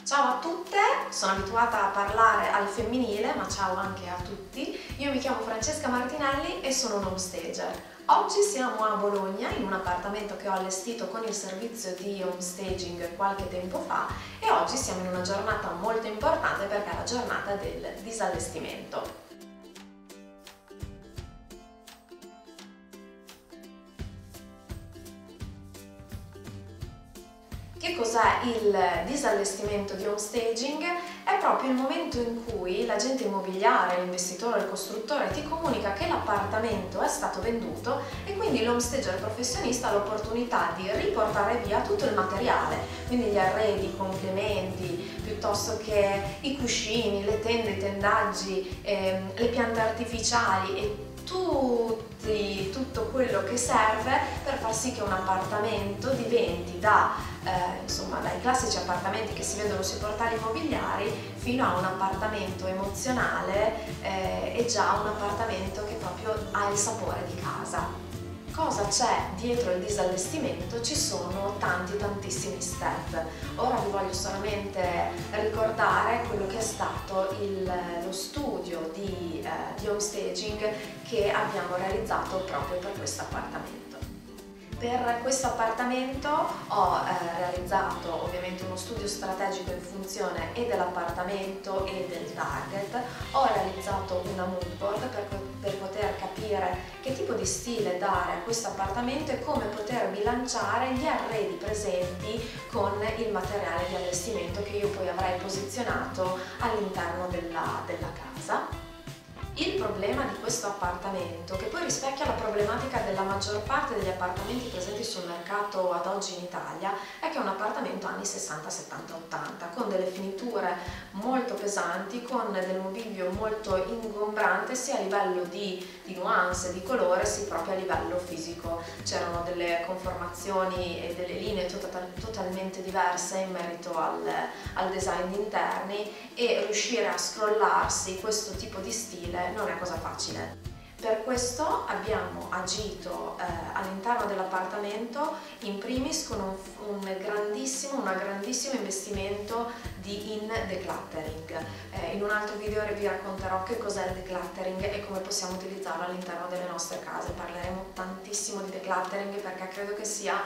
Ciao a tutte, sono abituata a parlare al femminile, ma ciao anche a tutti. Io mi chiamo Francesca Martinelli e sono un homestager. Oggi siamo a Bologna in un appartamento che ho allestito con il servizio di homestaging qualche tempo fa e oggi siamo in una giornata molto importante perché è la giornata del disallestimento. Che cos'è il disallestimento di homestaging? È proprio il momento in cui l'agente immobiliare, l'investitore, il costruttore ti comunica che l'appartamento è stato venduto e quindi l'homestager professionista ha l'opportunità di riportare via tutto il materiale, quindi gli arredi, i complementi, piuttosto che i cuscini, le tende, i tendaggi, le piante artificiali e tutto quello che serve per far sì che un appartamento diventi dai classici appartamenti che si vedono sui portali immobiliari fino a un appartamento emozionale e già un appartamento che proprio ha il sapore di casa. Cosa c'è dietro il disallestimento? Ci sono tantissimi step. Ora vi voglio solamente ricordare quello che è stato lo studio di homestaging che abbiamo realizzato proprio per questo appartamento. Per questo appartamento ho realizzato ovviamente uno studio strategico in funzione e dell'appartamento e del target, ho realizzato una mood board per poter capire che tipo di stile dare a questo appartamento e come poter bilanciare gli arredi presenti con il materiale di allestimento che io poi avrei posizionato all'interno della casa. Il problema di questo appartamento, che poi rispecchia la problematica della maggior parte degli appartamenti presenti sul mercato ad oggi in Italia, è che è un appartamento anni 60, 70, 80, con delle finiture molto pesanti, con del mobilio molto ingombrante sia a livello di nuance, di colore, sia proprio a livello fisico. C'erano delle conformazioni e delle linee totalmente diverse in merito al design interni e riuscire a scrollarsi questo tipo di stile non è cosa facile. Per questo abbiamo agito all'interno dell'appartamento in primis con un grandissimo investimento in decluttering. In un altro video vi racconterò che cos'è il decluttering e come possiamo utilizzarlo all'interno delle nostre case. Parleremo tantissimo di decluttering perché credo che sia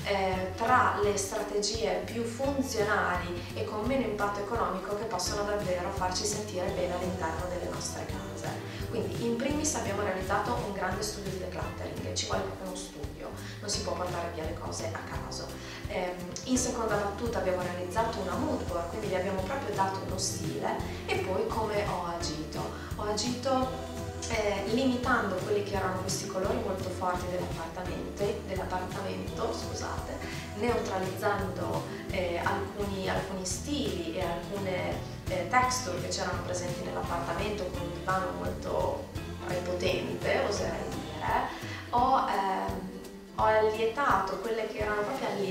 tra le strategie più funzionali e con meno impatto economico che possono davvero farci sentire bene all'interno delle nostre case. Quindi in primis abbiamo realizzato un grande studio di decluttering, ci vuole proprio uno studio, non si può portare via le cose a caso. In seconda battuta abbiamo realizzato una mood board, quindi gli abbiamo proprio dato uno stile e poi come ho agito? Ho agito limitando quelli che erano questi colori molto forti dell'appartamento, scusate, neutralizzando alcuni stili e alcune texture che c'erano presenti nell'appartamento, con un divano molto prepotente, oserei dire. Ho allietato quelle che erano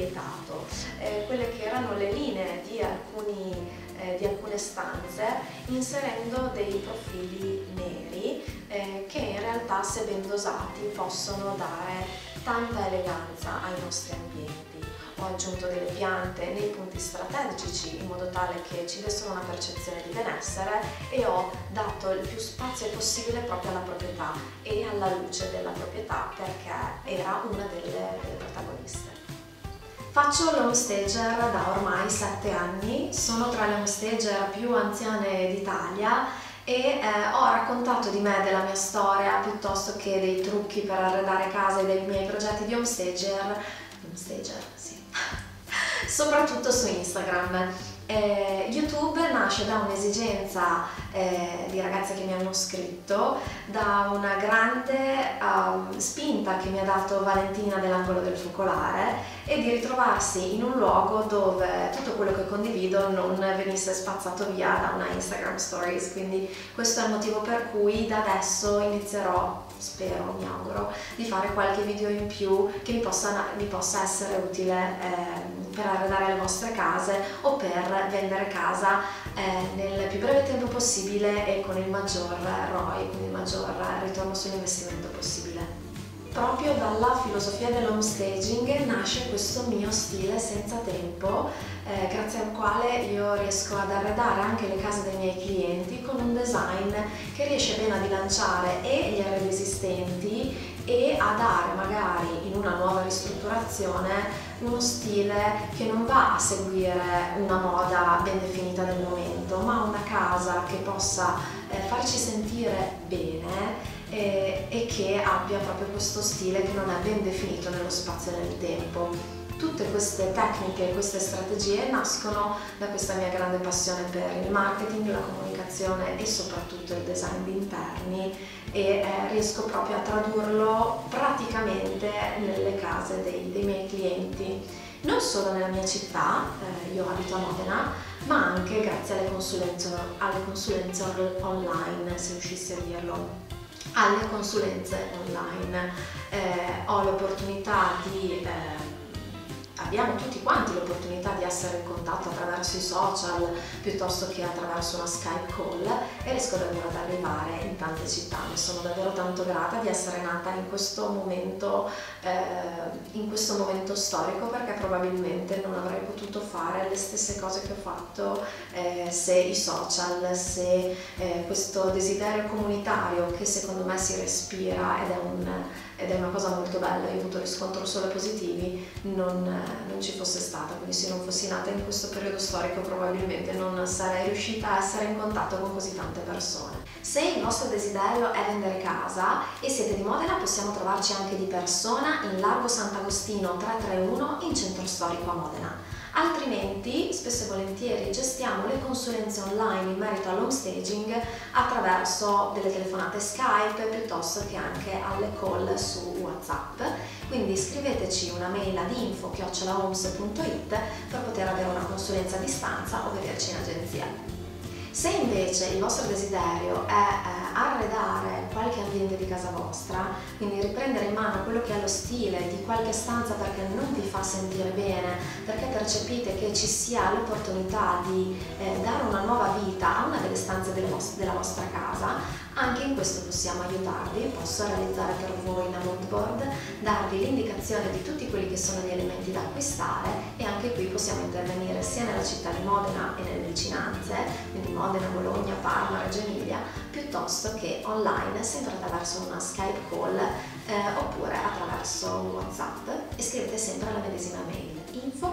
quelle che erano le linee di alcune stanze, inserendo dei profili neri che in realtà, se ben dosati, possono dare tanta eleganza ai nostri ambienti. Ho aggiunto delle piante nei punti strategici in modo tale che ci dessero una percezione di benessere e ho dato il più spazio possibile proprio alla proprietà e alla luce della proprietà perché era una delle protagoniste. Faccio l'homestager da ormai 7 anni, sono tra le homestager più anziane d'Italia e ho raccontato di me, della mia storia, piuttosto che dei trucchi per arredare casa e dei miei progetti di homestager, sì, soprattutto su Instagram. YouTube nasce da un'esigenza di ragazze che mi hanno scritto, da una grande spinta che mi ha dato Valentina dell'Angolo del Focolare e di ritrovarsi in un luogo dove tutto quello che condivido non venisse spazzato via da una Instagram Stories, quindi questo è il motivo per cui da adesso inizierò, spero, mi auguro, di fare qualche video in più che vi possa essere utile per arredare le vostre case o per vendere casa nel più breve tempo possibile e con il maggior ROI, quindi il maggior ritorno sull'investimento possibile. Proprio dalla filosofia dell'home staging nasce questo mio stile senza tempo, grazie al quale io riesco ad arredare anche le case dei miei clienti con un design che riesce bene a bilanciare e gli arredi esistenti e a dare magari in una nuova ristrutturazione uno stile che non va a seguire una moda ben definita del momento, ma una casa che possa farci sentire bene e che abbia proprio questo stile che non è ben definito nello spazio e nel tempo. Tutte queste tecniche, queste strategie nascono da questa mia grande passione per il marketing, la comunicazione e soprattutto il design di interni e riesco proprio a tradurlo praticamente nelle case dei miei clienti. Non solo nella mia città, io abito a Modena, ma anche grazie alle consulenze online, se riuscissi a dirlo. Alle consulenze online ho l'opportunità di abbiamo tutti quanti l'opportunità di essere in contatto attraverso i social piuttosto che attraverso una Skype call e riesco davvero ad arrivare in tante città. Ne sono davvero tanto grata di essere nata in questo momento storico, perché probabilmente non avrei potuto fare le stesse cose che ho fatto se i social, se questo desiderio comunitario che secondo me si respira ed è una cosa molto bella, io ho avuto riscontro solo positivi, non ci fosse stata. Quindi se non fossi nata in questo periodo storico probabilmente non sarei riuscita a essere in contatto con così tante persone. Se il vostro desiderio è vendere casa e siete di Modena, possiamo trovarci anche di persona in Largo Sant'Agostino 331 in centro storico a Modena. Altrimenti, spesso e volentieri, gestiamo le consulenze online in merito all'home staging attraverso delle telefonate Skype piuttosto che anche alle call su WhatsApp. Quindi scriveteci una mail ad info@homes.it per poter avere una consulenza a distanza o vederci in agenzia. Se invece il vostro desiderio è arredare qualche ambiente di casa vostra, quindi riprendere in mano quello che è lo stile di qualche stanza perché non vi fa sentire bene, perché percepite che ci sia l'opportunità di dare una nuova vita a una delle stanze della vostra casa, anche in questo possiamo aiutarvi. Posso realizzare per voi una mood board, darvi l'indicazione di tutti quelli che sono gli elementi da acquistare e anche qui possiamo intervenire sia nella città di Modena e nelle vicinanze, quindi Modena, Bologna, Parma, Reggio Emilia, piuttosto che online, sempre attraverso una Skype call oppure attraverso WhatsApp, e scrivete sempre alla medesima mail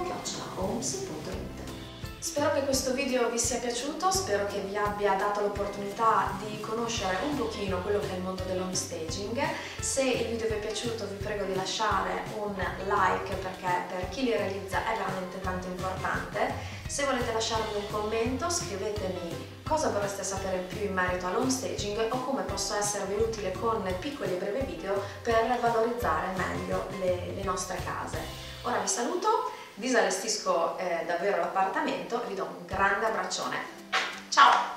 info@homes.it. Spero che questo video vi sia piaciuto, spero che vi abbia dato l'opportunità di conoscere un pochino quello che è il mondo dell'home staging. Se il video vi è piaciuto vi prego di lasciare un like, perché per chi li realizza è veramente tanto importante. Se volete lasciarmi un commento, scrivetemi cosa vorreste sapere più in merito all'home staging o come posso esservi utile con piccoli e brevi video per valorizzare meglio le nostre case. Ora vi saluto, disallestisco davvero l'appartamento e vi do un grande abbraccione. Ciao!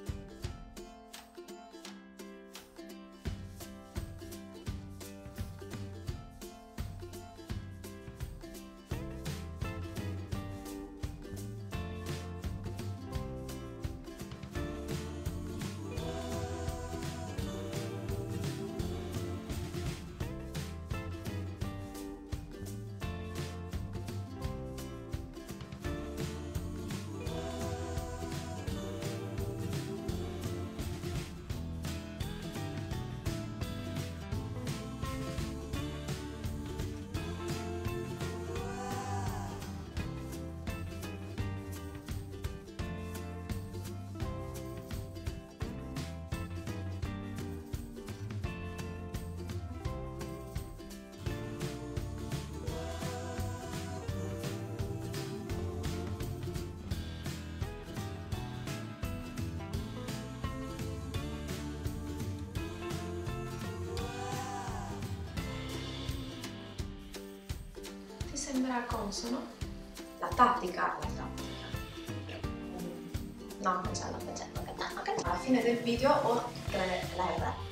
Sembra consono? La tattica. No, non c'è, alla fine del video ho